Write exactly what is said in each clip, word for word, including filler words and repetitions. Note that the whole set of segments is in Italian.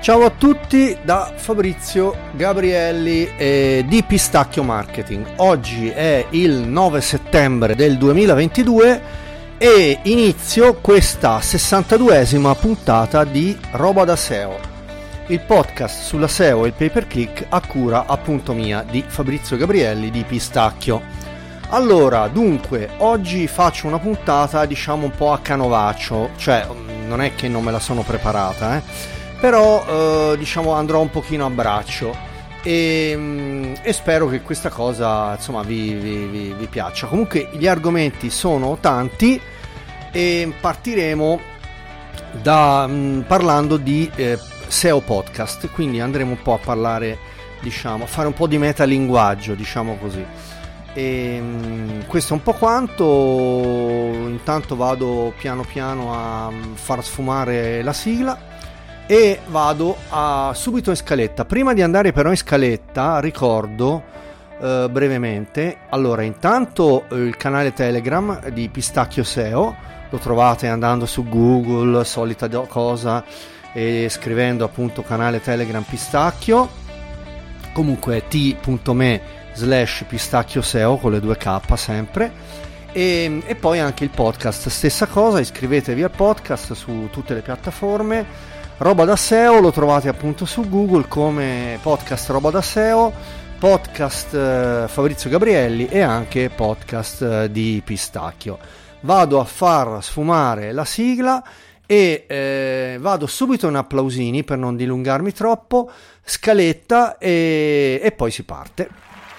Ciao a tutti da Fabrizio Gabrielli eh, di Pistacchio Marketing. Oggi è il nove settembre del duemilaventidue e inizio questa sessantaduesima puntata di Roba da S E O, il podcast sulla S E O e il pay per click a cura appunto mia di Fabrizio Gabrielli di Pistacchio. Allora, dunque, oggi faccio una puntata diciamo un po' a canovaccio, cioè non è che non me la sono preparata, eh. Però eh, diciamo andrò un pochino a braccio e, e spero che questa cosa insomma vi, vi, vi, vi piaccia. Comunque gli argomenti sono tanti e partiremo da mh, parlando di eh, S E O podcast, quindi andremo un po' a parlare, diciamo, a fare un po' di metalinguaggio, diciamo così. E mh, questo è un po' quanto. Intanto vado piano piano a far sfumare la sigla e vado a, subito in scaletta. Prima di andare però in scaletta ricordo eh, brevemente, allora intanto eh, il canale Telegram di Pistacchio S E O, lo trovate andando su Google, solita cosa, e scrivendo appunto canale Telegram Pistacchio, comunque è t.me slash pistacchio S E O con le due K sempre. E, e poi anche il podcast, stessa cosa, iscrivetevi al podcast su tutte le piattaforme. Roba da S E O lo trovate appunto su Google come podcast Roba da S E O, podcast eh, Fabrizio Gabrielli e anche podcast eh, di Pistacchio. Vado a far sfumare la sigla e eh, vado subito in applausini per non dilungarmi troppo, scaletta e, e poi si parte.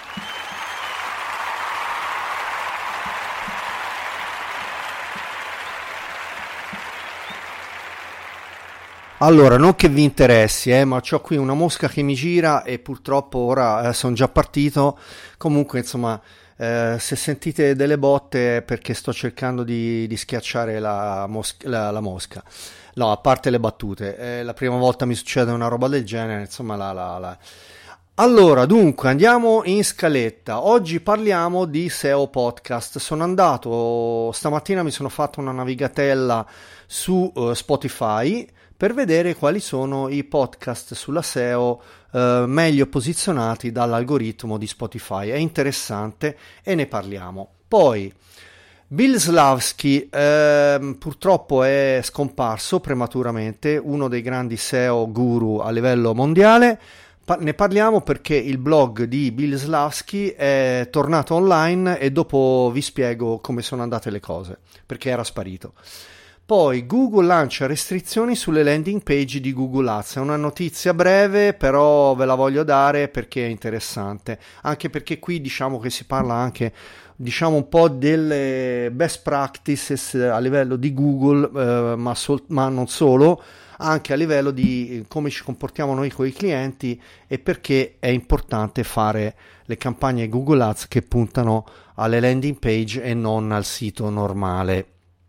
Allora, non che vi interessi, eh, ma c'ho qui una mosca che mi gira e purtroppo ora eh, sono già partito. Comunque, insomma, eh, se sentite delle botte è perché sto cercando di, di schiacciare la, mos- la, la mosca. No, a parte le battute, è la prima volta mi succede una roba del genere, insomma, la, la, la. Allora, dunque, andiamo in scaletta. Oggi parliamo di S E O podcast. Sono andato, stamattina mi sono fatto una navigatella su uh, Spotify per vedere quali sono i podcast sulla S E O eh, meglio posizionati dall'algoritmo di Spotify. È interessante e ne parliamo. Poi Bill Slawski eh, purtroppo è scomparso prematuramente, uno dei grandi S E O guru a livello mondiale. Pa- ne parliamo perché il blog di Bill Slawski è tornato online e dopo vi spiego come sono andate le cose, perché era sparito. Poi Google lancia restrizioni sulle landing page di Google Ads. È una notizia breve, però ve la voglio dare perché è interessante. Anche perché qui diciamo che si parla anche, diciamo, un po' delle best practices a livello di Google, eh, ma, sol- ma non solo, anche a livello di come ci comportiamo noi con i clienti e perché è importante fare le campagne Google Ads che puntano alle landing page e non al sito normale.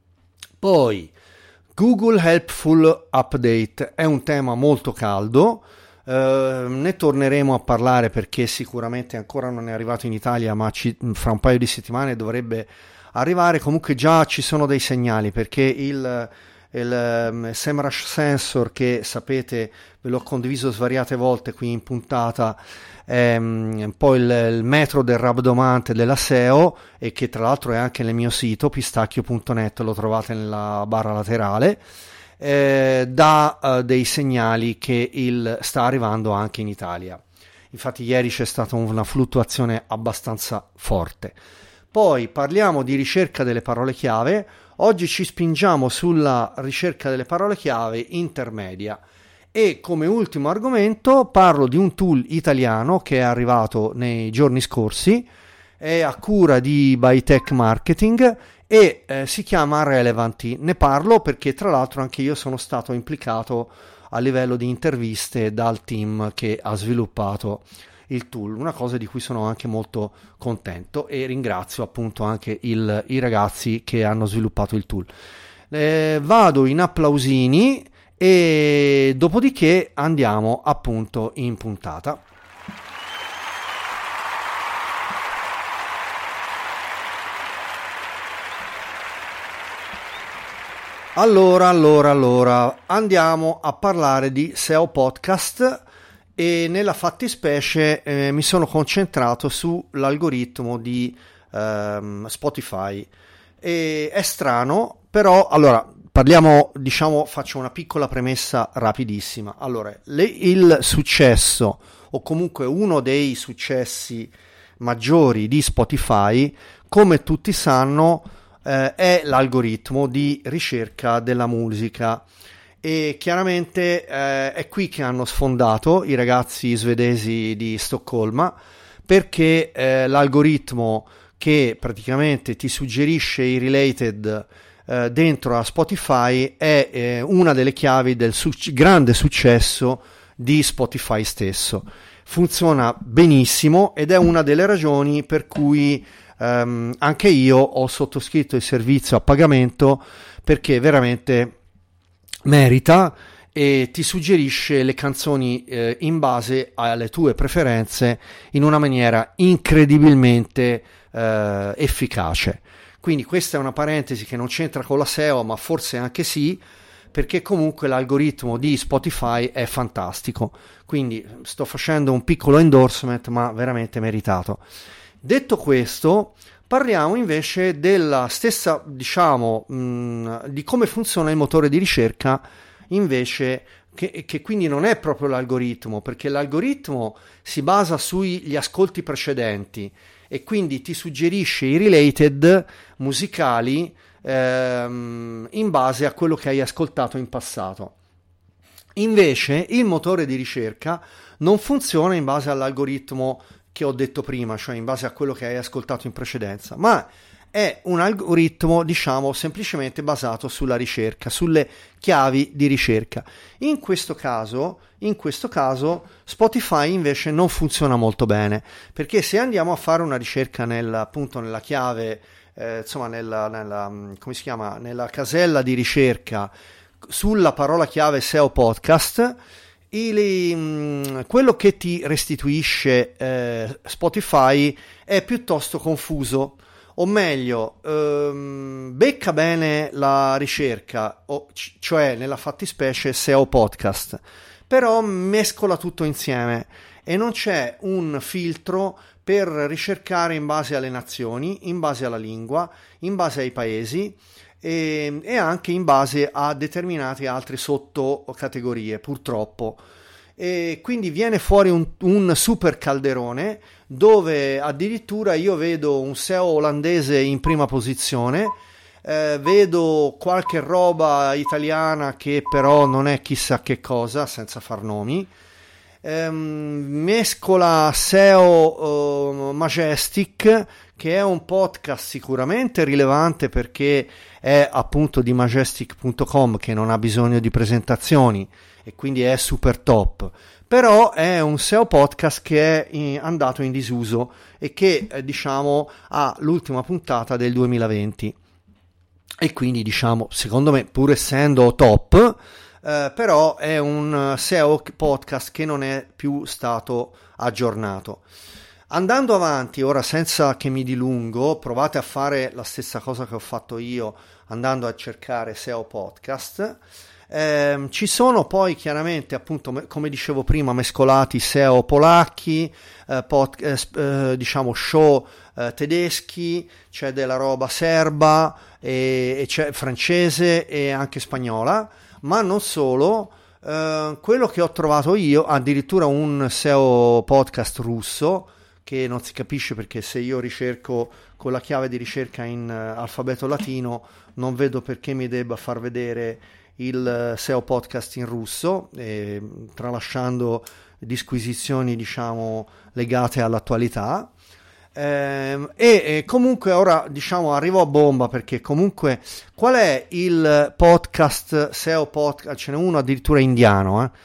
Poi Google Helpful Update è un tema molto caldo, eh, ne torneremo a parlare perché sicuramente ancora non è arrivato in Italia, ma ci, fra un paio di settimane dovrebbe arrivare. Comunque già ci sono dei segnali perché il, il um, SEMrush Sensor, che sapete ve l'ho condiviso svariate volte qui in puntata, è un po' il, il metro del rabdomante della S E O e che tra l'altro è anche nel mio sito pistacchio punto net, lo trovate nella barra laterale, eh, dà uh, dei segnali che il sta arrivando anche in Italia. Infatti ieri c'è stata una fluttuazione abbastanza forte. Poi parliamo di ricerca delle parole chiave. Oggi ci spingiamo sulla ricerca delle parole chiave intermedia. E come ultimo argomento parlo di un tool italiano che è arrivato nei giorni scorsi, è a cura di Bytech Marketing e eh, si chiama Relevanty. Ne parlo perché tra l'altro anche io sono stato implicato a livello di interviste dal team che ha sviluppato il tool, una cosa di cui sono anche molto contento e ringrazio appunto anche il, i ragazzi che hanno sviluppato il tool. Eh, vado in applausini e dopodiché andiamo appunto in puntata. Allora, allora, allora, andiamo a parlare di S E O podcast e nella fattispecie eh, mi sono concentrato sull'algoritmo di ehm, Spotify. E è strano, però, allora, parliamo, diciamo, faccio una piccola premessa rapidissima. Allora, le, il successo, o comunque uno dei successi maggiori di Spotify, come tutti sanno, eh, è l'algoritmo di ricerca della musica. E chiaramente eh, è qui che hanno sfondato i ragazzi svedesi di Stoccolma, perché eh, l'algoritmo che praticamente ti suggerisce i related eh, dentro a Spotify è eh, una delle chiavi del su- grande successo di Spotify stesso. Funziona benissimo ed è una delle ragioni per cui ehm, anche io ho sottoscritto il servizio a pagamento, perché veramente merita e ti suggerisce le canzoni eh, in base alle tue preferenze in una maniera incredibilmente eh, efficace. Quindi questa è una parentesi che non c'entra con la S E O, ma forse anche sì, perché comunque l'algoritmo di Spotify è fantastico. Quindi sto facendo un piccolo endorsement, ma veramente meritato. Detto questo, parliamo invece della stessa, diciamo, mh, di come funziona il motore di ricerca, invece, che, che quindi non è proprio l'algoritmo, perché l'algoritmo si basa sugli ascolti precedenti e quindi ti suggerisce i related musicali ehm, in base a quello che hai ascoltato in passato. Invece il motore di ricerca non funziona in base all'algoritmo che ho detto prima, cioè in base a quello che hai ascoltato in precedenza, ma è un algoritmo, diciamo, semplicemente basato sulla ricerca, sulle chiavi di ricerca. In questo caso, in questo caso Spotify invece non funziona molto bene, perché se andiamo a fare una ricerca nel, appunto nella chiave, eh, insomma nella, nella, come si chiama, nella casella di ricerca sulla parola chiave S E O podcast, il, quello che ti restituisce eh, Spotify è piuttosto confuso, o meglio ehm, becca bene la ricerca, o, c- cioè nella fattispecie S E O podcast, però mescola tutto insieme e non c'è un filtro per ricercare in base alle nazioni, in base alla lingua, in base ai paesi e, e anche in base a determinate altre sottocategorie, purtroppo. E quindi viene fuori un, un super calderone dove addirittura io vedo un S E O olandese in prima posizione, eh, vedo qualche roba italiana che però non è chissà che cosa, senza far nomi, ehm, mescola S E O uh, Majestic, che è un podcast sicuramente rilevante perché è appunto di majestic punto com, che non ha bisogno di presentazioni e quindi è super top, però è un S E O podcast che è in, andato in disuso e che eh, diciamo ha l'ultima puntata del duemilaventi e quindi diciamo secondo me, pur essendo top, eh, però è un S E O podcast che non è più stato aggiornato. Andando avanti, ora senza che mi dilungo, provate a fare la stessa cosa che ho fatto io andando a cercare S E O podcast. Eh, ci sono poi chiaramente, appunto, come dicevo prima, mescolati S E O polacchi, eh, pod, eh, eh, diciamo show eh, tedeschi, c'è della roba serba e, e c'è francese e anche spagnola, ma non solo. Eh, quello che ho trovato io, addirittura un S E O podcast russo, che non si capisce perché se io ricerco con la chiave di ricerca in uh, alfabeto latino non vedo perché mi debba far vedere il uh, S E O podcast in russo, eh, tralasciando disquisizioni diciamo legate all'attualità. Eh, e, e comunque ora diciamo arrivo a bomba, perché comunque qual è il podcast S E O podcast? Ce n'è uno addirittura indiano, eh?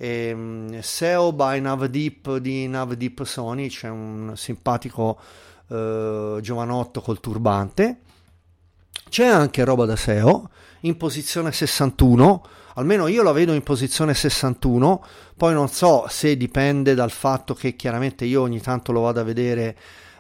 E, S E O by Navdeep di Navdeep Sony, c'è un simpatico eh, giovanotto col turbante. C'è anche roba da S E O in posizione sessantuno, almeno io la vedo in posizione sessantuno, poi non so se dipende dal fatto che chiaramente io ogni tanto lo vado a vedere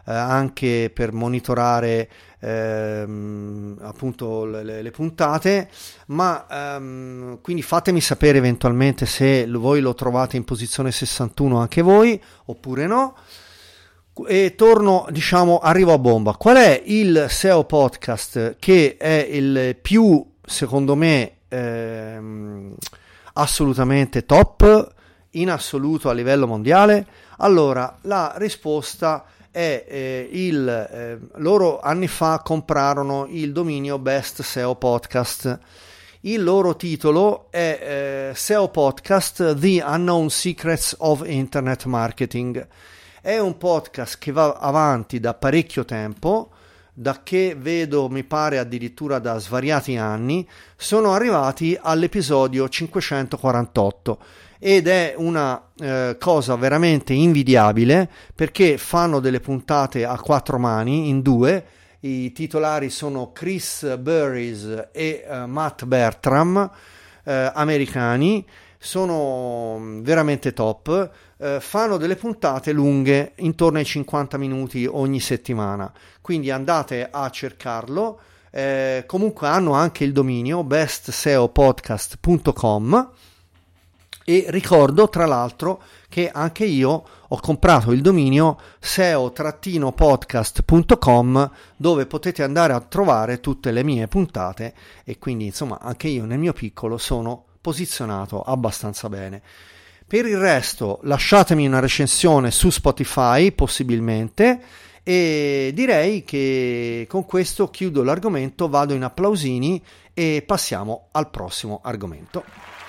eh, anche per monitorare ehm, appunto le, le puntate, ma ehm, quindi fatemi sapere eventualmente se voi lo trovate in posizione sessantuno anche voi oppure no. E torno, diciamo, arrivo a bomba. Qual è il S E O podcast che è il più, secondo me, ehm, assolutamente top in assoluto a livello mondiale? Allora, la risposta è eh, il eh, loro anni fa comprarono il dominio Best S E O Podcast. Il loro titolo è eh, S E O Podcast The Unknown Secrets of Internet Marketing. È un podcast che va avanti da parecchio tempo, da che vedo mi pare addirittura da svariati anni. Sono arrivati all'episodio cinquecentoquarantotto ed è una eh, cosa veramente invidiabile, perché fanno delle puntate a quattro mani, in due. I titolari sono Chris Burris e uh, Matt Bertram, eh, americani, sono veramente top. Eh, fanno delle puntate lunghe, intorno ai cinquanta minuti ogni settimana, quindi andate a cercarlo. Eh, comunque hanno anche il dominio best S E O podcast punto com, e ricordo tra l'altro che anche io ho comprato il dominio S E O podcast punto com, dove potete andare a trovare tutte le mie puntate, e quindi insomma anche io nel mio piccolo sono posizionato abbastanza bene. Per il resto lasciatemi una recensione su Spotify possibilmente, e direi che con questo chiudo l'argomento, vado in applausini e passiamo al prossimo argomento.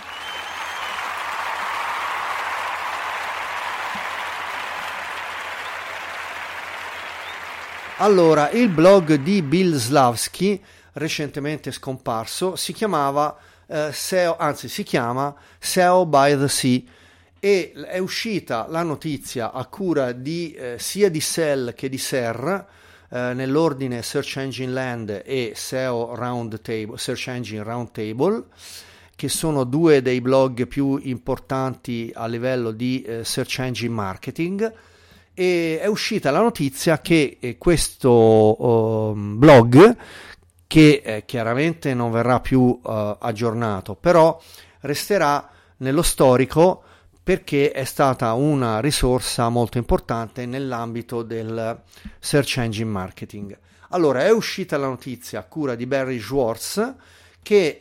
Allora, il blog di Bill Slawski, recentemente scomparso, si chiamava eh, S E O, anzi si chiama S E O by the Sea, e è uscita la notizia a cura di eh, sia di S E L che di S E R, eh, nell'ordine Search Engine Land e S E O Roundtable, Search Engine Roundtable, che sono due dei blog più importanti a livello di eh, Search Engine Marketing. E è uscita la notizia che eh, questo uh, blog, che eh, chiaramente non verrà più uh, aggiornato, però resterà nello storico, perché è stata una risorsa molto importante nell'ambito del search engine marketing. Allora, è uscita la notizia a cura di Barry Schwartz che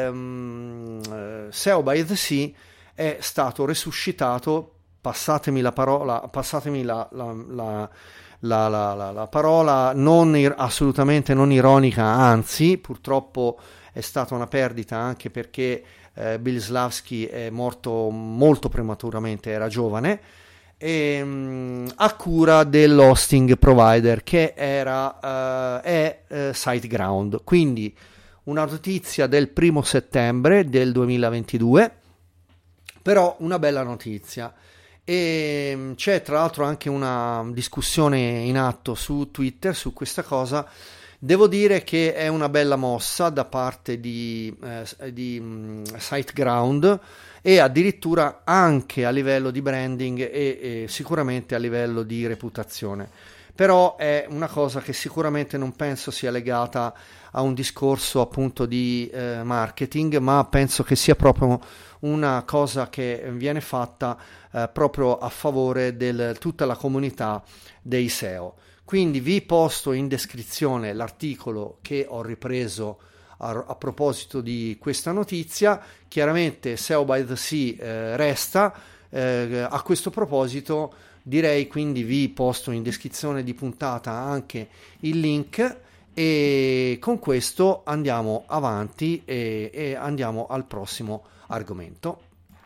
ehm, S E O by the Sea è stato resuscitato, passatemi la parola, passatemi la, la, la, la, la, la, la parola non ir- assolutamente non ironica, anzi purtroppo è stata una perdita, anche perché eh, Bill Slawski è morto molto prematuramente, era giovane, e, mh, a cura dell'hosting provider che era uh, è uh, SiteGround. Quindi una notizia del primo settembre del duemilaventidue, però una bella notizia. E c'è tra l'altro anche una discussione in atto su Twitter su questa cosa. Devo dire che è una bella mossa da parte di, eh, di um, SiteGround, e addirittura anche a livello di branding e, e sicuramente a livello di reputazione. Però è una cosa che sicuramente non penso sia legata a un discorso appunto di eh, marketing, ma penso che sia proprio una cosa che viene fatta eh, proprio a favore di tutta la comunità dei S E O. Quindi vi posto in descrizione l'articolo che ho ripreso a, a proposito di questa notizia. Chiaramente S E O by the Sea eh, resta. Eh, a questo proposito direi, quindi vi posto in descrizione di puntata anche il link, e con questo andiamo avanti e, e andiamo al prossimo argomento.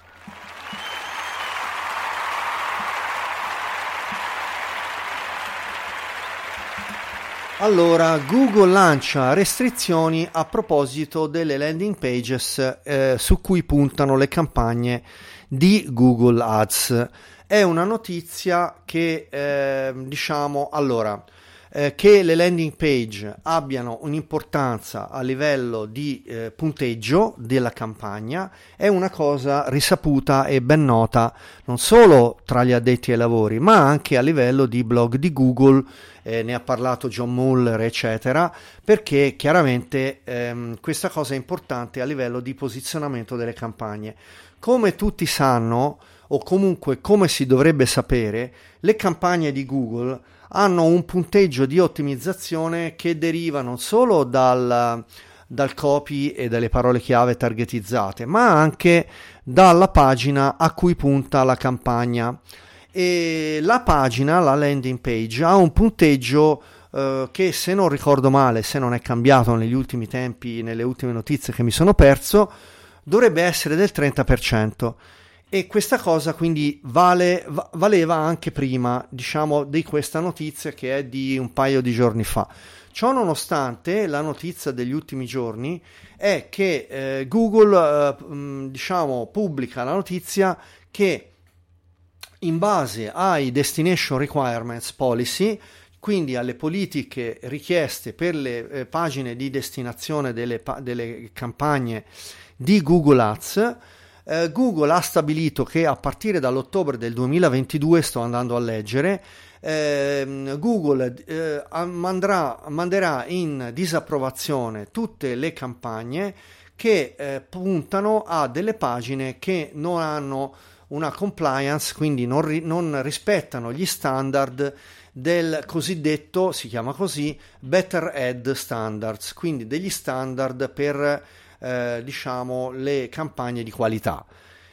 Allora, Google lancia restrizioni a proposito delle landing pages eh, su cui puntano le campagne di Google Ads. È una notizia che, eh, diciamo, allora, Eh, che le landing page abbiano un'importanza a livello di eh, punteggio della campagna è una cosa risaputa e ben nota non solo tra gli addetti ai lavori, ma anche a livello di blog di Google, eh, ne ha parlato John Mueller, eccetera, perché chiaramente ehm, questa cosa è importante a livello di posizionamento delle campagne. Come tutti sanno, o comunque come si dovrebbe sapere, le campagne di Google hanno un punteggio di ottimizzazione che deriva non solo dal, dal copy e dalle parole chiave targetizzate, ma anche dalla pagina a cui punta la campagna. E la pagina, la landing page, ha un punteggio eh, che, se non ricordo male, se non è cambiato negli ultimi tempi, nelle ultime notizie che mi sono perso, dovrebbe essere del trenta per cento. E questa cosa quindi vale, valeva anche prima, diciamo, di questa notizia che è di un paio di giorni fa. Ciò nonostante, la notizia degli ultimi giorni è che eh, Google eh, diciamo, pubblica la notizia che in base ai Destination Requirements Policy, quindi alle politiche richieste per le eh, pagine di destinazione delle, delle campagne di Google Ads, Uh, Google ha stabilito che a partire dall'ottobre del duemilaventidue, sto andando a leggere, eh, Google eh, manderà, manderà in disapprovazione tutte le campagne che eh, puntano a delle pagine che non hanno una compliance, quindi non, ri- non rispettano gli standard del cosiddetto, si chiama così, Better Ad Standards, quindi degli standard per Eh, diciamo le campagne di qualità.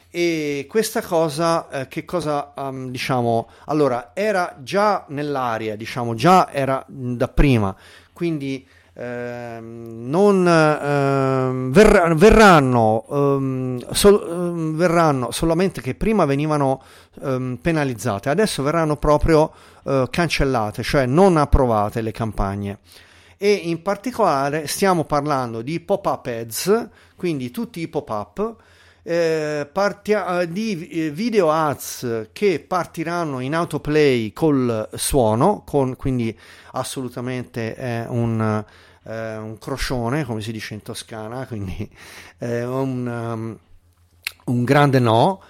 E questa cosa eh, che cosa um, diciamo allora era già nell'aria, diciamo già era da prima, quindi eh, non eh, verr- verranno um, sol- um, verranno solamente che prima venivano um, penalizzate, adesso verranno proprio uh, cancellate, cioè non approvate le campagne. E in particolare stiamo parlando di pop-up ads, quindi tutti i pop-up, eh, partia- di eh, video ads che partiranno in autoplay col suono, con, quindi assolutamente è un, eh, un crocione, come si dice in Toscana, quindi è un, um, un grande no.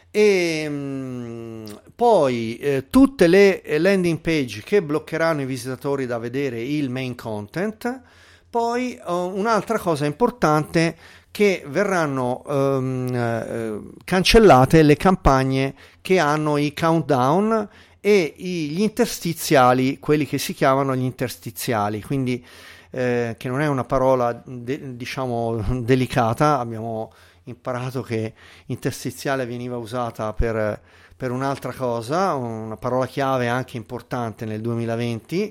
E mh, poi eh, tutte le landing page che bloccheranno i visitatori da vedere il main content. Poi uh, un'altra cosa importante, che verranno um, eh, cancellate le campagne che hanno i countdown e i, gli interstiziali, quelli che si chiamano gli interstiziali, quindi eh, che non è una parola de- diciamo delicata. Abbiamo imparato che interstiziale veniva usata per, per un'altra cosa, una parola chiave anche importante nel duemilaventi.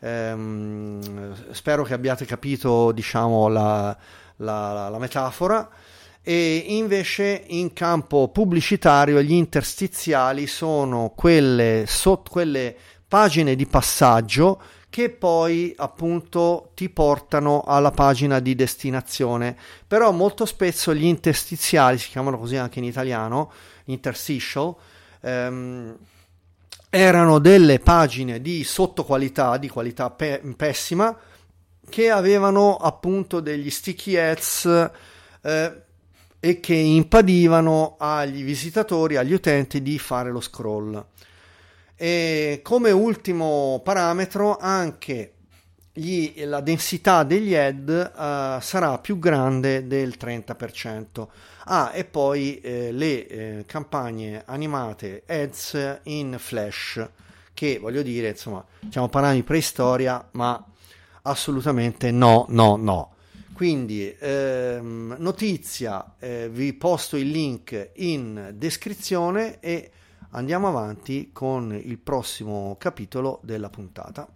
Ehm, spero che abbiate capito, diciamo, la, la, la metafora. E invece in campo pubblicitario gli interstiziali sono quelle, so, quelle pagine di passaggio che poi appunto ti portano alla pagina di destinazione. Però molto spesso gli interstiziali, si chiamano così anche in italiano, interstitial, ehm, erano delle pagine di sottoqualità, di qualità pe- pessima, che avevano appunto degli sticky ads eh, e che impedivano agli visitatori, agli utenti di fare lo scroll. E come ultimo parametro anche gli, la densità degli ad uh, sarà più grande del trenta per cento. Ah, e poi eh, le eh, campagne animate ads in flash, che voglio dire, insomma, stiamo parlando di preistoria, ma assolutamente no, no, no. Quindi ehm, notizia, eh, vi posto il link in descrizione e andiamo avanti con il prossimo capitolo della puntata.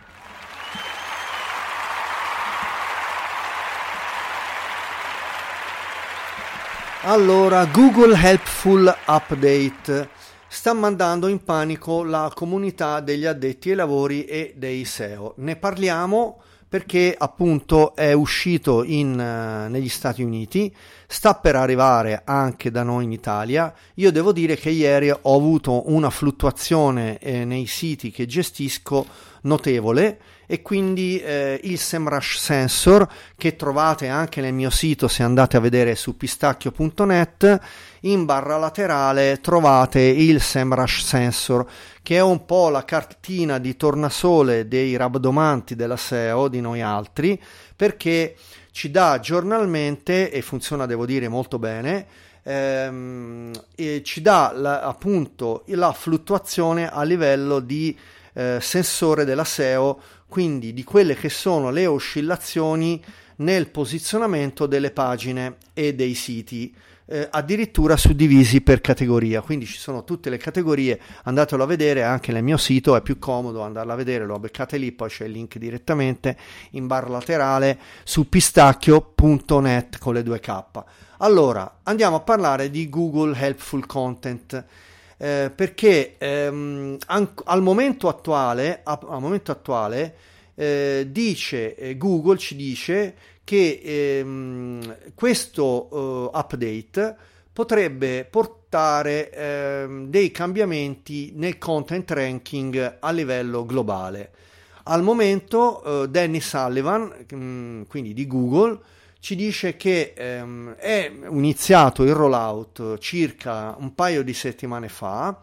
Allora, Google Helpful Update sta mandando in panico la comunità degli addetti ai lavori e dei S E O. Ne parliamo perché appunto è uscito in, uh, negli Stati Uniti, sta per arrivare anche da noi in Italia. Io devo dire che ieri ho avuto una fluttuazione eh, nei siti che gestisco notevole, e quindi eh, il SEMrush Sensor, che trovate anche nel mio sito se andate a vedere su pistacchio punto net, in barra laterale trovate il SEMrush Sensor, che è un po' la cartina di tornasole dei rabdomanti della S E O, di noi altri, perché ci dà giornalmente, e funziona devo dire molto bene, ehm, e ci dà la, appunto la fluttuazione a livello di eh, sensore della S E O, quindi di quelle che sono le oscillazioni nel posizionamento delle pagine e dei siti, eh, addirittura suddivisi per categoria. Quindi ci sono tutte le categorie, andatelo a vedere anche nel mio sito, è più comodo andarla a vedere, lo beccate lì, poi c'è il link direttamente in barra laterale su pistacchio punto net con le due K. Allora, andiamo a parlare di Google Helpful Content. Eh, perché ehm, an- al momento attuale, a- al momento attuale eh, dice eh, Google ci dice che ehm, questo eh, update potrebbe portare ehm, dei cambiamenti nel content ranking a livello globale. Al momento eh, Danny Sullivan, mh, quindi di Google, ci dice che ehm, è iniziato il rollout circa un paio di settimane fa,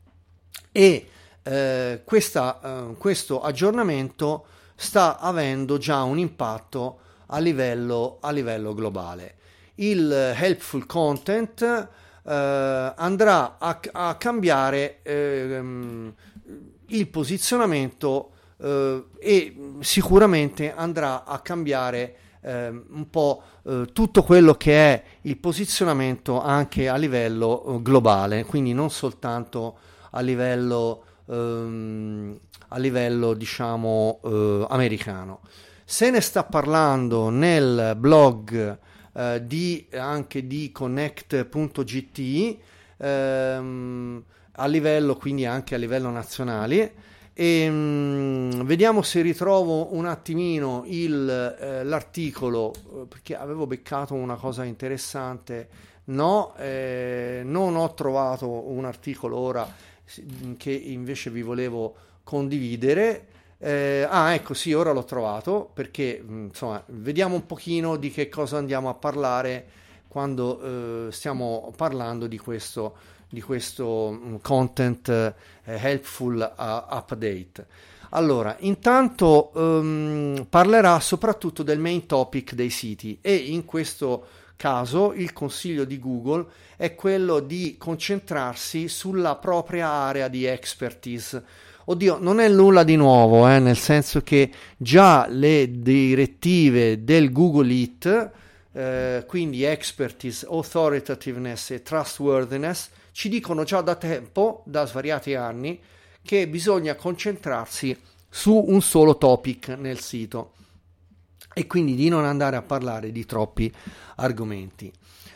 e eh, questa, eh, questo aggiornamento sta avendo già un impatto a livello, a livello globale. Il helpful content eh, andrà a, a cambiare ehm, il posizionamento eh, e sicuramente andrà a cambiare eh, un po' eh, tutto quello che è il posizionamento anche a livello eh, globale, quindi non soltanto a livello, ehm, a livello diciamo eh, americano. Se ne sta parlando nel blog eh, di, anche di connect punto g t, ehm, a livello, quindi anche a livello nazionale. E mh, vediamo se ritrovo un attimino il, eh, l'articolo, perché avevo beccato una cosa interessante. No, eh, non ho trovato un articolo ora che invece vi volevo condividere. Eh, ah, ecco, sì, ora l'ho trovato, perché mh, insomma, vediamo un pochino di che cosa andiamo a parlare quando eh, stiamo parlando di questo di questo content eh, helpful uh, update. Allora, intanto um, parlerà soprattutto del main topic dei siti, e in questo caso il consiglio di Google è quello di concentrarsi sulla propria area di expertise. Oddio, non è nulla di nuovo, eh, nel senso che già le direttive del Google I T, eh, quindi expertise, authoritativeness e trustworthiness, ci dicono già da tempo, da svariati anni, che bisogna concentrarsi su un solo topic nel sito, e quindi di non andare a parlare di troppi argomenti.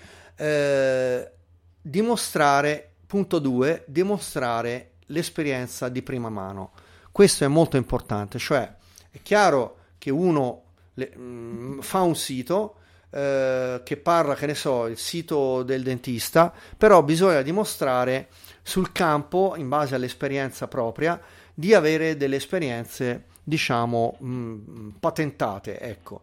Eh, dimostrare, punto due, dimostrare l'esperienza di prima mano. Questo è molto importante, cioè è chiaro che uno le, mh, fa un sito eh, che parla, che ne so, il sito del dentista, però bisogna dimostrare sul campo, in base all'esperienza propria, di avere delle esperienze, diciamo, mh, patentate, ecco.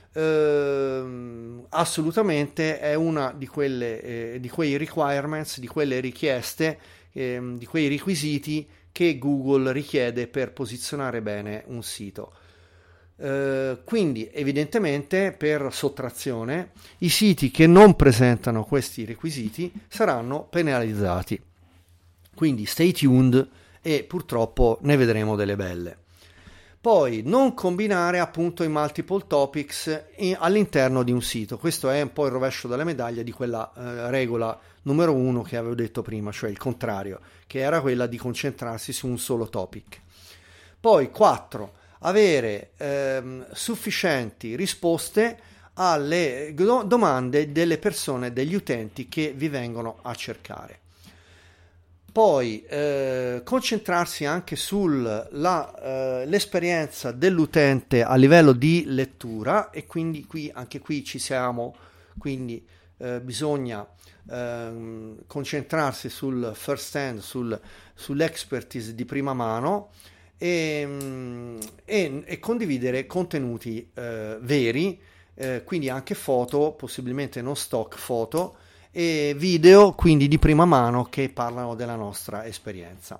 Uh, assolutamente è una di quelle eh, di quei requirements, di quelle richieste, eh, di quei requisiti che Google richiede per posizionare bene un sito. Uh, quindi evidentemente, per sottrazione, i siti che non presentano questi requisiti saranno penalizzati. Quindi stay tuned, e purtroppo ne vedremo delle belle. Poi non combinare appunto i multiple topics in, all'interno di un sito. Questo è un po' il rovescio della medaglia di quella eh, regola numero uno che avevo detto prima, cioè il contrario, che era quella di concentrarsi su un solo topic. Poi quattro, avere ehm, sufficienti risposte alle do- domande delle persone, degli utenti che vi vengono a Poi eh, concentrarsi anche sull'esperienza eh, dell'utente a livello di lettura, e quindi qui, anche qui ci siamo, quindi eh, bisogna eh, concentrarsi sul first hand, sul, sull'expertise di prima mano, e, e, e condividere contenuti eh, veri, eh, quindi anche foto, possibilmente non stock foto, e video, quindi di prima mano, che parlano della nostra esperienza.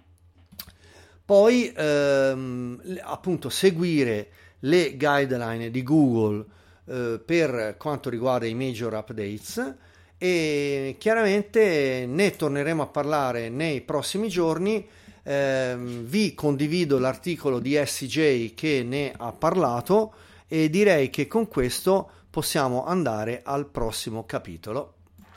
Poi ehm, appunto seguire le guideline di Google eh, per quanto riguarda i major updates, e chiaramente ne torneremo a parlare nei prossimi giorni. Eh, vi condivido l'articolo di S J che ne ha parlato, e direi che con questo possiamo andare al prossimo capitolo.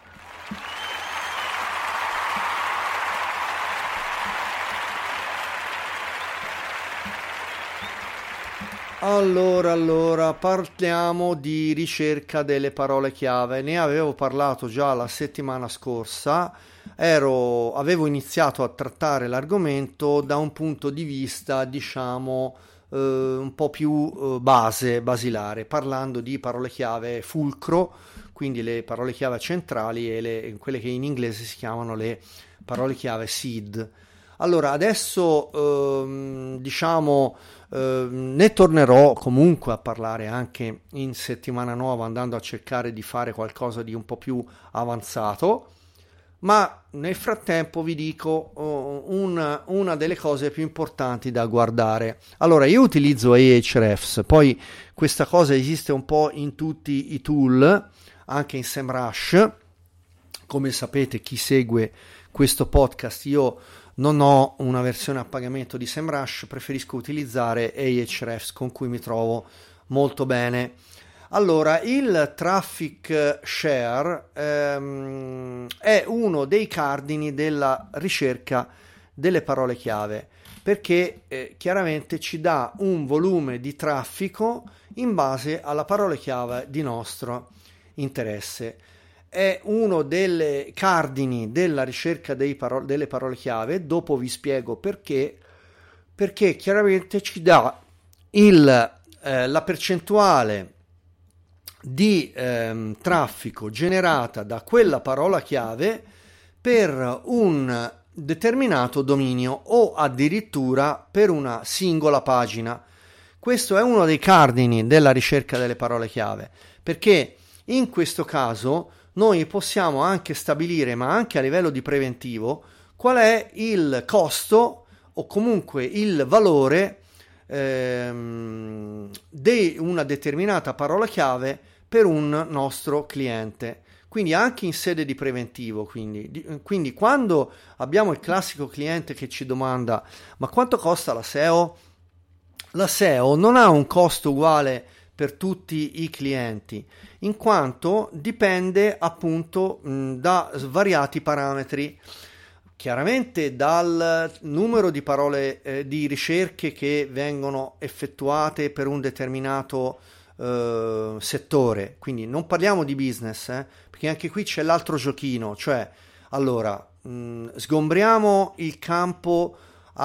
Allora, allora, parliamo di ricerca delle parole chiave. Ne avevo parlato già la settimana scorsa. Ero, avevo iniziato a trattare l'argomento da un punto di vista, diciamo, eh, un po' più eh, base, basilare, parlando di parole chiave fulcro, quindi le parole chiave centrali e le, quelle che in inglese si chiamano le parole chiave seed. Allora, adesso ehm, diciamo eh, ne tornerò comunque a parlare anche in settimana nuova, andando a cercare di fare qualcosa di un po' più avanzato, ma nel frattempo vi dico oh, una, una delle cose più importanti da guardare. Allora, io utilizzo Ahrefs, poi questa cosa esiste un po' in tutti i tool, anche in SEMrush. Come sapete, chi segue questo podcast, io non ho una versione a pagamento di SEMrush, preferisco utilizzare Ahrefs, con cui mi trovo molto bene. Allora, il traffic share ehm, è uno dei cardini della ricerca delle parole chiave, perché eh, chiaramente ci dà un volume di traffico in base alla parola chiave di nostro interesse. È uno delle cardini della ricerca dei paro- delle parole chiave. Dopo vi spiego perché, perché chiaramente ci dà il, eh, la percentuale di ehm, traffico generata da quella parola chiave per un determinato dominio, o addirittura per una singola pagina. Questo è uno dei cardini della ricerca delle parole chiave, perché in questo caso noi possiamo anche stabilire, ma anche a livello di preventivo, qual è il costo o comunque il valore ehm, di una determinata parola chiave per un nostro cliente. Quindi anche in sede di preventivo, quindi, di, quindi quando abbiamo il classico cliente che ci domanda: ma quanto costa la S E O? La S E O non ha un costo uguale per tutti i clienti, in quanto dipende appunto mh, da svariati parametri, chiaramente dal numero di parole eh, di ricerche che vengono effettuate per un determinato eh, settore. Quindi non parliamo di business, eh, perché anche qui c'è l'altro giochino, cioè allora mh, sgombriamo il campo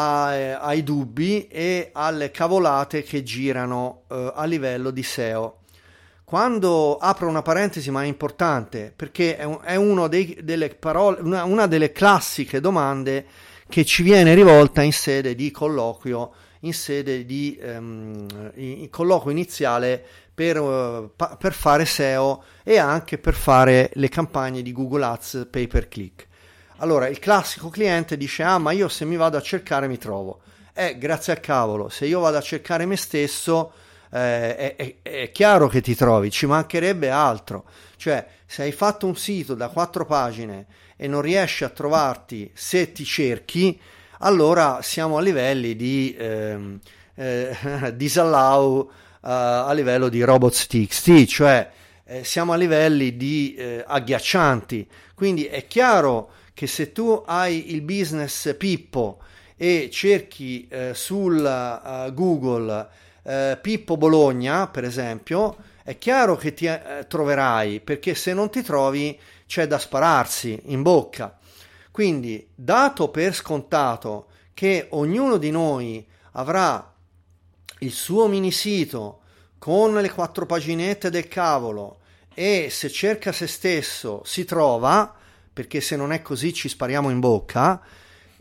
ai dubbi e alle cavolate che girano eh, a livello di S E O. Quando apro una parentesi, ma è importante, perché è, un, è uno dei, delle parole, una, una delle classiche domande che ci viene rivolta in sede di colloquio, in sede di ehm, in colloquio iniziale per, uh, pa, per fare S E O e anche per fare le campagne di Google Ads pay per click. Allora, il classico cliente dice: ah, ma io se mi vado a cercare mi trovo. Eh, grazie al cavolo, se io vado a cercare me stesso, eh, è, è, è chiaro che ti trovi, ci mancherebbe altro. Cioè, se hai fatto un sito da quattro pagine e non riesci a trovarti se ti cerchi, allora siamo a livelli di ehm, eh, disallow uh, a livello di robots.txt, cioè eh, siamo a livelli di eh, agghiaccianti. Quindi è chiaro che se tu hai il business Pippo e cerchi eh, sul uh, Google eh, Pippo Bologna, per esempio, è chiaro che ti eh, troverai, perché se non ti trovi c'è da spararsi in bocca. Quindi, dato per scontato che ognuno di noi avrà il suo mini sito con le quattro paginette del cavolo e se cerca se stesso si trova, perché se non è così ci spariamo in bocca,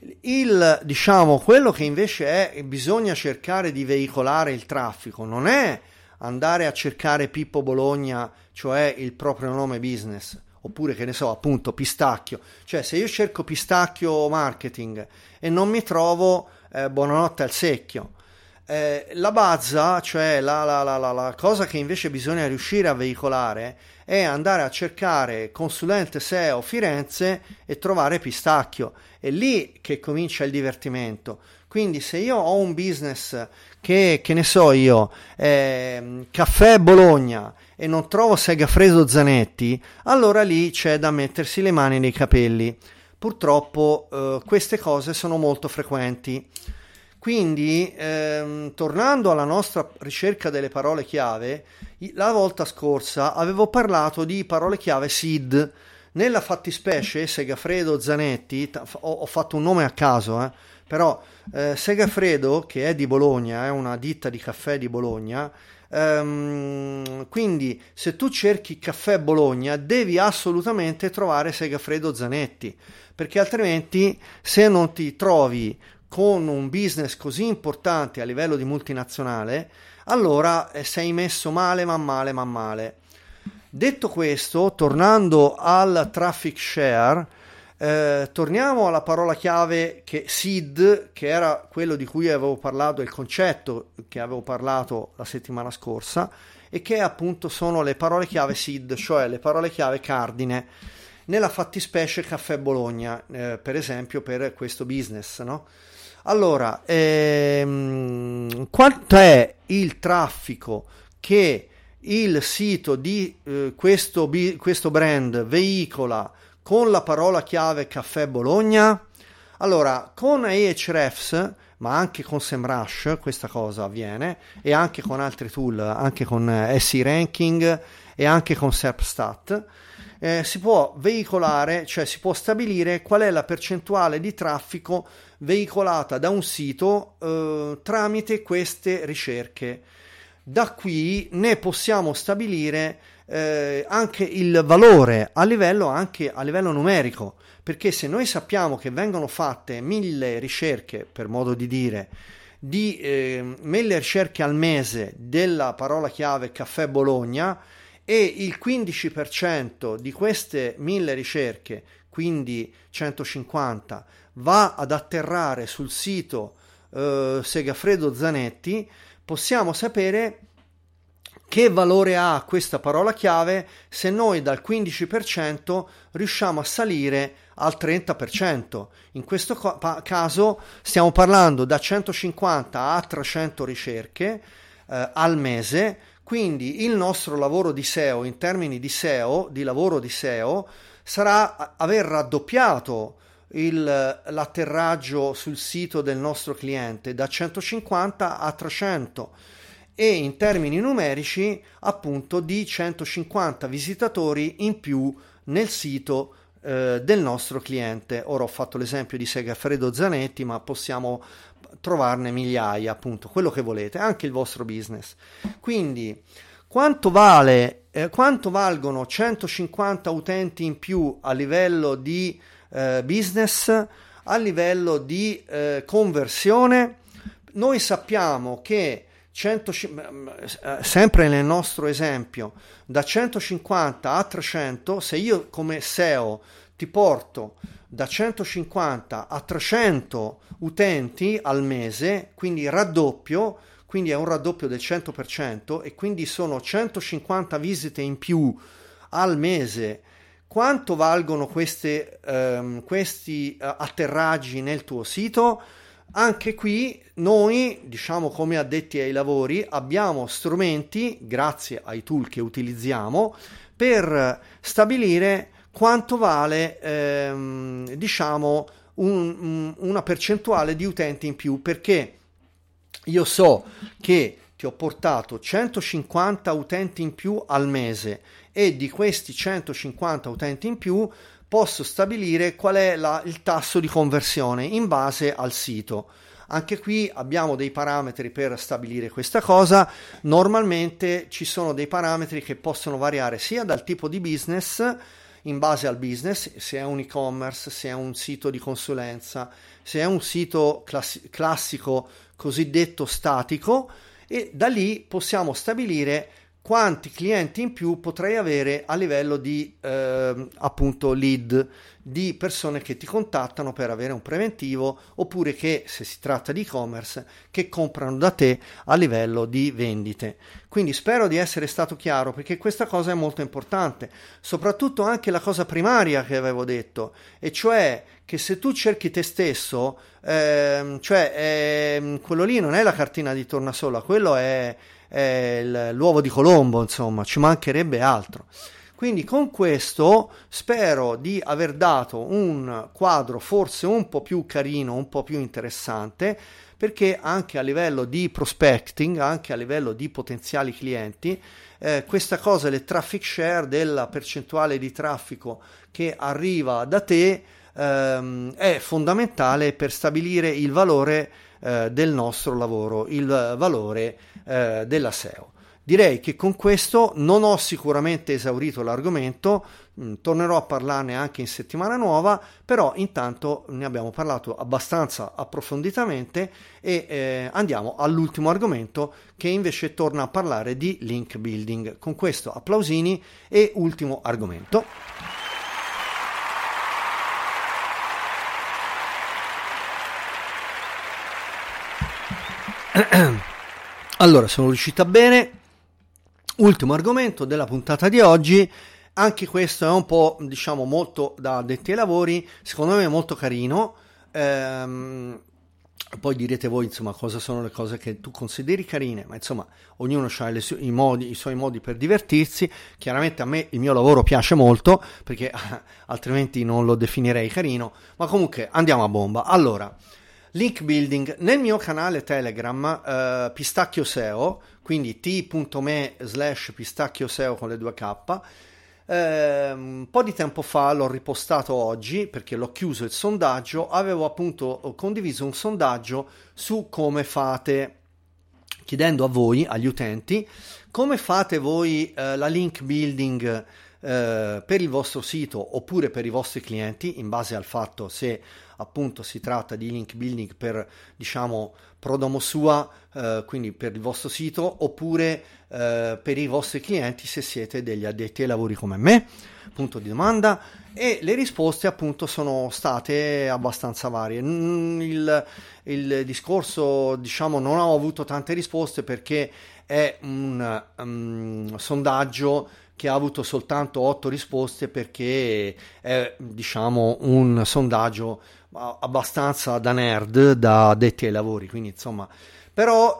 Il, diciamo, quello che invece è, bisogna cercare di veicolare il traffico, non è andare a cercare Pippo Bologna, cioè il proprio nome business, oppure che ne so, appunto pistacchio. Cioè se io cerco pistacchio marketing e non mi trovo, eh, buonanotte al secchio. Eh, la bazza, cioè la, la, la, la, la cosa che invece bisogna riuscire a veicolare è andare a cercare consulente S E O Firenze e trovare pistacchio. È lì che comincia il divertimento. Quindi se io ho un business che, che ne so io, eh, Caffè Bologna, e non trovo Segafredo Zanetti, allora lì c'è da mettersi le mani nei capelli. Purtroppo eh, queste cose sono molto frequenti. Quindi, ehm, tornando alla nostra ricerca delle parole chiave, la volta scorsa avevo parlato di parole chiave S I D. Nella fattispecie Segafredo Zanetti, ho, ho fatto un nome a caso, eh, però eh, Segafredo, che è di Bologna, è una ditta di caffè di Bologna, ehm, quindi se tu cerchi Caffè Bologna devi assolutamente trovare Segafredo Zanetti, perché altrimenti se non ti trovi con un business così importante a livello di multinazionale, allora eh, sei messo male, ma male, ma male. Detto questo, tornando al traffic share, eh, torniamo alla parola chiave che S I D, che era quello di cui avevo parlato, il concetto che avevo parlato la settimana scorsa, e che appunto sono le parole chiave S I D, cioè le parole chiave cardine. Nella fattispecie Caffè Bologna, eh, per esempio, per questo business, no? Allora, ehm, quanto è il traffico che il sito di eh, questo, bi- questo brand veicola con la parola chiave Caffè Bologna? Allora, con Ahrefs, ma anche con SEMrush questa cosa avviene, e anche con altri tool, anche con eh, S E Ranking e anche con SERPstat, eh, si può veicolare, cioè si può stabilire qual è la percentuale di traffico veicolata da un sito eh, tramite queste ricerche. Da qui ne possiamo stabilire eh, anche il valore a livello, anche a livello numerico, perché se noi sappiamo che vengono fatte mille ricerche, per modo di dire, di eh, mille ricerche al mese della parola chiave Caffè Bologna, e il quindici per cento di queste mille ricerche, quindi centocinquanta, va ad atterrare sul sito eh, Segafredo Zanetti, possiamo sapere che valore ha questa parola chiave se noi dal quindici per cento riusciamo a salire al trenta per cento. In questo caso stiamo parlando da centocinquanta a trecento ricerche eh, al mese, quindi il nostro lavoro di S E O in termini di S E O, di lavoro di S E O, sarà aver raddoppiato il, l'atterraggio sul sito del nostro cliente da centocinquanta a trecento, e in termini numerici appunto di centocinquanta visitatori in più nel sito eh, del nostro cliente. Ora ho fatto l'esempio di Segafredo Zanetti, ma possiamo trovarne migliaia, appunto, quello che volete, anche il vostro business. Quindi quanto vale, eh, quanto valgono centocinquanta utenti in più a livello di eh, business, a livello di eh, conversione? Noi sappiamo che cento, sempre nel nostro esempio, da centocinquanta a trecento, se io come S E O ti porto da centocinquanta a trecento utenti al mese, quindi raddoppio, quindi è un raddoppio del cento per cento, e quindi sono centocinquanta visite in più al mese. Quanto valgono queste, ehm, questi uh, atterraggi nel tuo sito? Anche qui noi, diciamo come addetti ai lavori, abbiamo strumenti, grazie ai tool che utilizziamo, per stabilire quanto vale ehm, diciamo un, un, una percentuale di utenti in più, perché io so che ti ho portato centocinquanta utenti in più al mese, e di questi centocinquanta utenti in più posso stabilire qual è la, il tasso di conversione in base al sito. Anche qui abbiamo dei parametri per stabilire questa cosa. Normalmente ci sono dei parametri che possono variare sia dal tipo di business, in base al business, se è un e-commerce, se è un sito di consulenza, se è un sito class- classico cosiddetto statico, e da lì possiamo stabilire quanti clienti in più potrei avere a livello di eh, appunto lead, di persone che ti contattano per avere un preventivo, oppure che, se si tratta di e-commerce, che comprano da te a livello di vendite. Quindi spero di essere stato chiaro, perché questa cosa è molto importante, soprattutto anche la cosa primaria che avevo detto, e cioè che se tu cerchi te stesso, ehm, cioè ehm, quello lì non è la cartina di tornasole, quello è, è l'uovo di Colombo, insomma, ci mancherebbe altro. Quindi con questo spero di aver dato un quadro forse un po' più carino, un po' più interessante, perché anche a livello di prospecting, anche a livello di potenziali clienti, eh, questa cosa del traffic share, della percentuale di traffico che arriva da te, ehm, è fondamentale per stabilire il valore eh, del nostro lavoro, il valore eh, della S E O. Direi che con questo non ho sicuramente esaurito l'argomento, mh, tornerò a parlarne anche in settimana nuova, però intanto ne abbiamo parlato abbastanza approfonditamente e eh, andiamo all'ultimo argomento, che invece torna a parlare di link building. Con questo applausini e ultimo argomento. Allora, sono riuscita bene. Ultimo argomento della puntata di oggi, anche questo è un po', diciamo, molto da addetti ai lavori, secondo me è molto carino, ehm, poi direte voi, insomma, cosa sono le cose che tu consideri carine, ma insomma, ognuno ha le su- i, modi, i suoi modi per divertirsi. Chiaramente a me il mio lavoro piace molto, perché altrimenti non lo definirei carino, ma comunque andiamo a bomba. Allora, link building. Nel mio canale Telegram eh, Pistacchio S E O, quindi t.me slash pistacchio S E O con le due K, eh, un po' di tempo fa l'ho ripostato oggi perché l'ho chiuso il sondaggio. Avevo appunto condiviso un sondaggio su come fate, chiedendo a voi, agli utenti, come fate voi eh, la link building eh, per il vostro sito oppure per i vostri clienti, in base al fatto se appunto si tratta di link building per, diciamo, prodomo sua, eh, quindi per il vostro sito, oppure eh, per i vostri clienti se siete degli addetti ai lavori come me, punto di domanda. E le risposte appunto sono state abbastanza varie. Il, il discorso, diciamo, non ho avuto tante risposte perché è un um, sondaggio che ha avuto soltanto otto risposte, perché è, diciamo, un sondaggio abbastanza da nerd, da addetti ai lavori, quindi insomma, però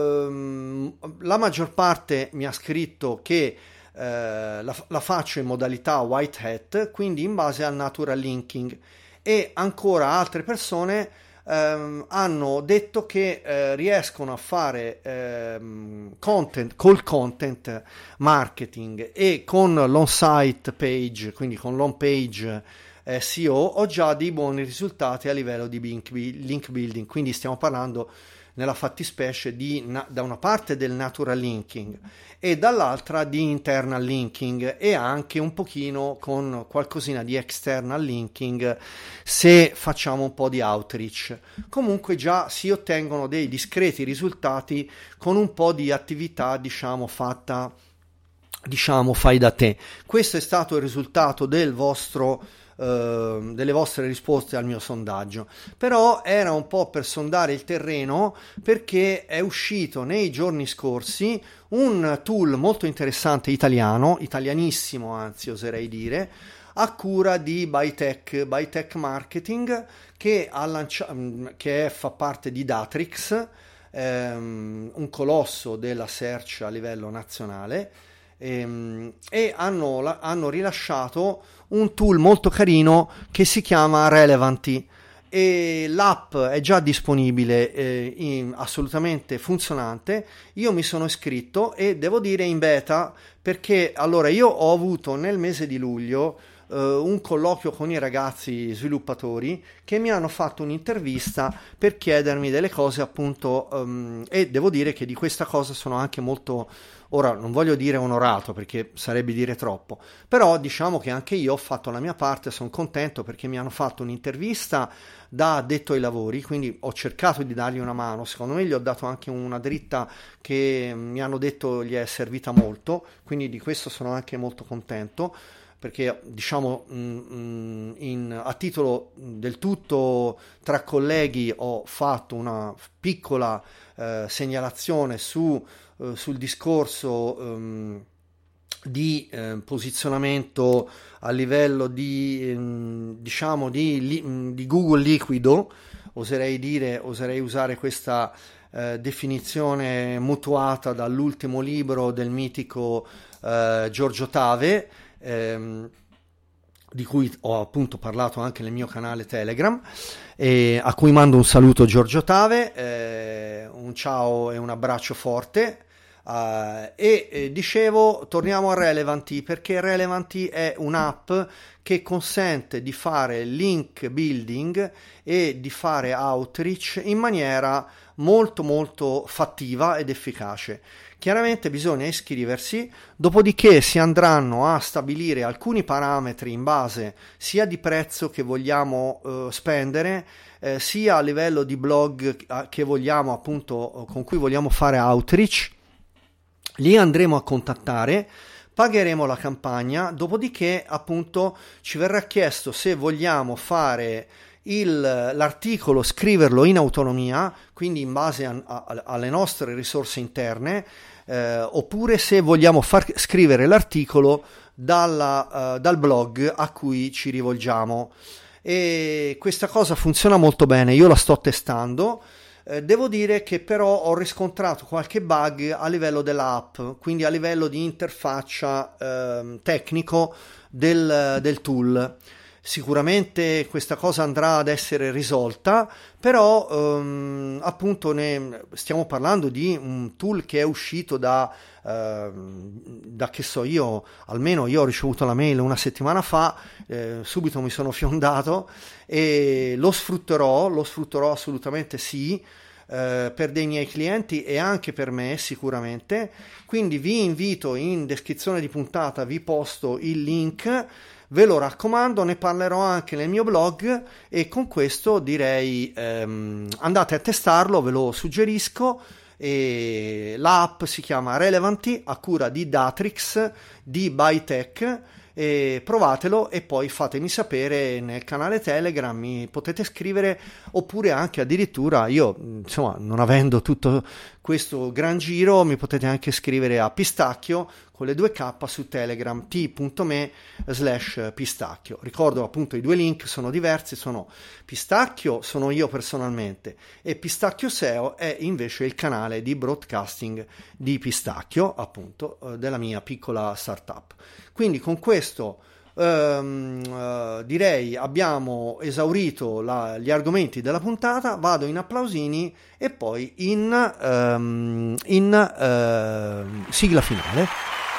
ehm, la maggior parte mi ha scritto che eh, la, la faccio in modalità white hat, quindi in base al natural linking, e ancora altre persone ehm, hanno detto che eh, riescono a fare ehm, content col content marketing e con l'on-site page, quindi con l'home page eh, S E O, ho già dei buoni risultati a livello di link, link building. Quindi stiamo parlando nella fattispecie di na- da una parte del natural linking e dall'altra di internal linking, e anche un pochino con qualcosina di external linking se facciamo un po' di outreach. Comunque già si ottengono dei discreti risultati con un po' di attività, diciamo, fatta, diciamo, fai da te. Questo è stato il risultato del vostro Uh, delle vostre risposte al mio sondaggio. Però era un po' per sondare il terreno, perché è uscito nei giorni scorsi un tool molto interessante italiano, italianissimo anzi oserei dire, a cura di Bytech, Bytech Marketing, che, ha lanciato, che fa parte di Datrix, ehm, un colosso della search a livello nazionale, ehm, e hanno, hanno rilasciato un tool molto carino che si chiama Relevanty, e l'app è già disponibile, eh, in, assolutamente funzionante. Io mi sono iscritto e devo dire in beta, perché allora io ho avuto nel mese di luglio eh, un colloquio con i ragazzi sviluppatori che mi hanno fatto un'intervista per chiedermi delle cose, appunto, um, e devo dire che di questa cosa sono anche molto, ora non voglio dire onorato perché sarebbe dire troppo, però diciamo che anche io ho fatto la mia parte, sono contento perché mi hanno fatto un'intervista da addetto ai lavori, quindi ho cercato di dargli una mano, secondo me gli ho dato anche una dritta che mi hanno detto gli è servita molto, quindi di questo sono anche molto contento, perché diciamo in, a titolo del tutto tra colleghi ho fatto una piccola eh, segnalazione su, eh, sul discorso ehm, di eh, posizionamento a livello di ehm, diciamo di, li, di Google liquido, oserei dire, oserei usare questa eh, definizione mutuata dall'ultimo libro del mitico eh, Giorgio Tave, ehm, di cui ho appunto parlato anche nel mio canale Telegram, e a cui mando un saluto Giorgio Tave, eh, un ciao e un abbraccio forte. Uh, e eh, dicevo, torniamo a Relevanty, perché Relevanty è un'app che consente di fare link building e di fare outreach in maniera molto molto fattiva ed efficace. Chiaramente bisogna iscriversi, dopodiché si andranno a stabilire alcuni parametri in base sia di prezzo che vogliamo uh, spendere, eh, sia a livello di blog uh, che vogliamo, appunto, con cui vogliamo fare outreach. Li andremo a contattare, pagheremo la campagna, dopodiché appunto ci verrà chiesto se vogliamo fare il, l'articolo, scriverlo in autonomia, quindi in base a, a, alle nostre risorse interne, eh, oppure se vogliamo far scrivere l'articolo dalla, uh, dal blog a cui ci rivolgiamo. E questa cosa funziona molto bene, io la sto testando. Eh, devo dire che però ho riscontrato qualche bug a livello dell'app, quindi a livello di interfaccia eh, tecnico del, del tool. Sicuramente questa cosa andrà ad essere risolta, però ehm, appunto ne stiamo parlando di un tool che è uscito da, ehm, da che so io, almeno io ho ricevuto la mail una settimana fa, eh, subito mi sono fiondato e lo sfrutterò, lo sfrutterò assolutamente sì, eh, per dei miei clienti e anche per me sicuramente, quindi vi invito, in descrizione di puntata vi posto il link. Ve lo raccomando, ne parlerò anche nel mio blog e con questo direi ehm, andate a testarlo, ve lo suggerisco. E l'app si chiama Relevanty, a cura di Datrix di Bytech, e provatelo e poi fatemi sapere nel canale Telegram, mi potete scrivere, oppure anche addirittura io, insomma, non avendo tutto questo gran giro, mi potete anche scrivere a Pistacchio con le due K su Telegram, t.me slash pistacchio. Ricordo appunto i due link sono diversi, sono Pistacchio, sono io personalmente, e Pistacchio S E O è invece il canale di broadcasting di Pistacchio, appunto, della mia piccola startup. Quindi con questo Um, uh, direi abbiamo esaurito la, gli argomenti della puntata, vado in applausini e poi in, um, in uh, sigla finale.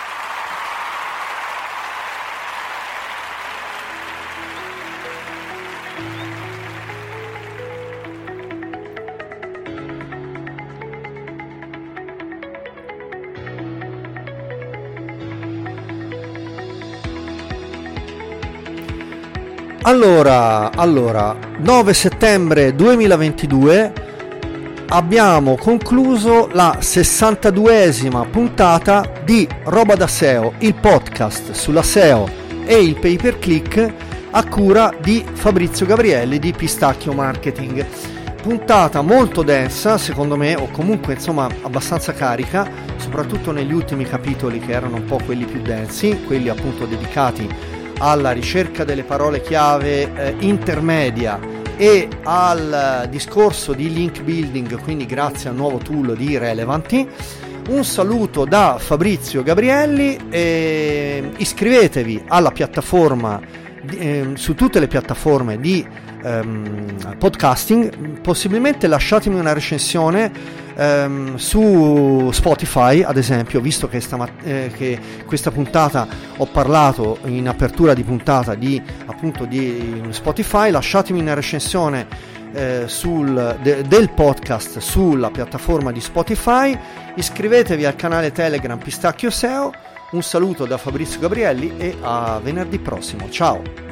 Allora, allora, nove settembre duemilaventidue abbiamo concluso la sessantaduesima puntata di Roba da S E O, il podcast sulla S E O e il pay per click a cura di Fabrizio Gabrielli di Pistacchio Marketing. Puntata molto densa, secondo me, o comunque insomma abbastanza carica, soprattutto negli ultimi capitoli che erano un po' quelli più densi, quelli appunto dedicati alla ricerca delle parole chiave eh, intermedia e al discorso di link building, quindi grazie al nuovo tool di Relevanty. Un saluto da Fabrizio Gabrielli, e iscrivetevi alla piattaforma eh, su tutte le piattaforme di ehm, podcasting, possibilmente lasciatemi una recensione ehm, su Spotify, ad esempio, visto che, stamat- eh, che questa puntata ho parlato in apertura di puntata di appunto di Spotify, lasciatemi una recensione eh, sul, de- del podcast sulla piattaforma di Spotify, iscrivetevi al canale Telegram Pistacchio S E O. Un saluto da Fabrizio Gabrielli e a venerdì prossimo, ciao!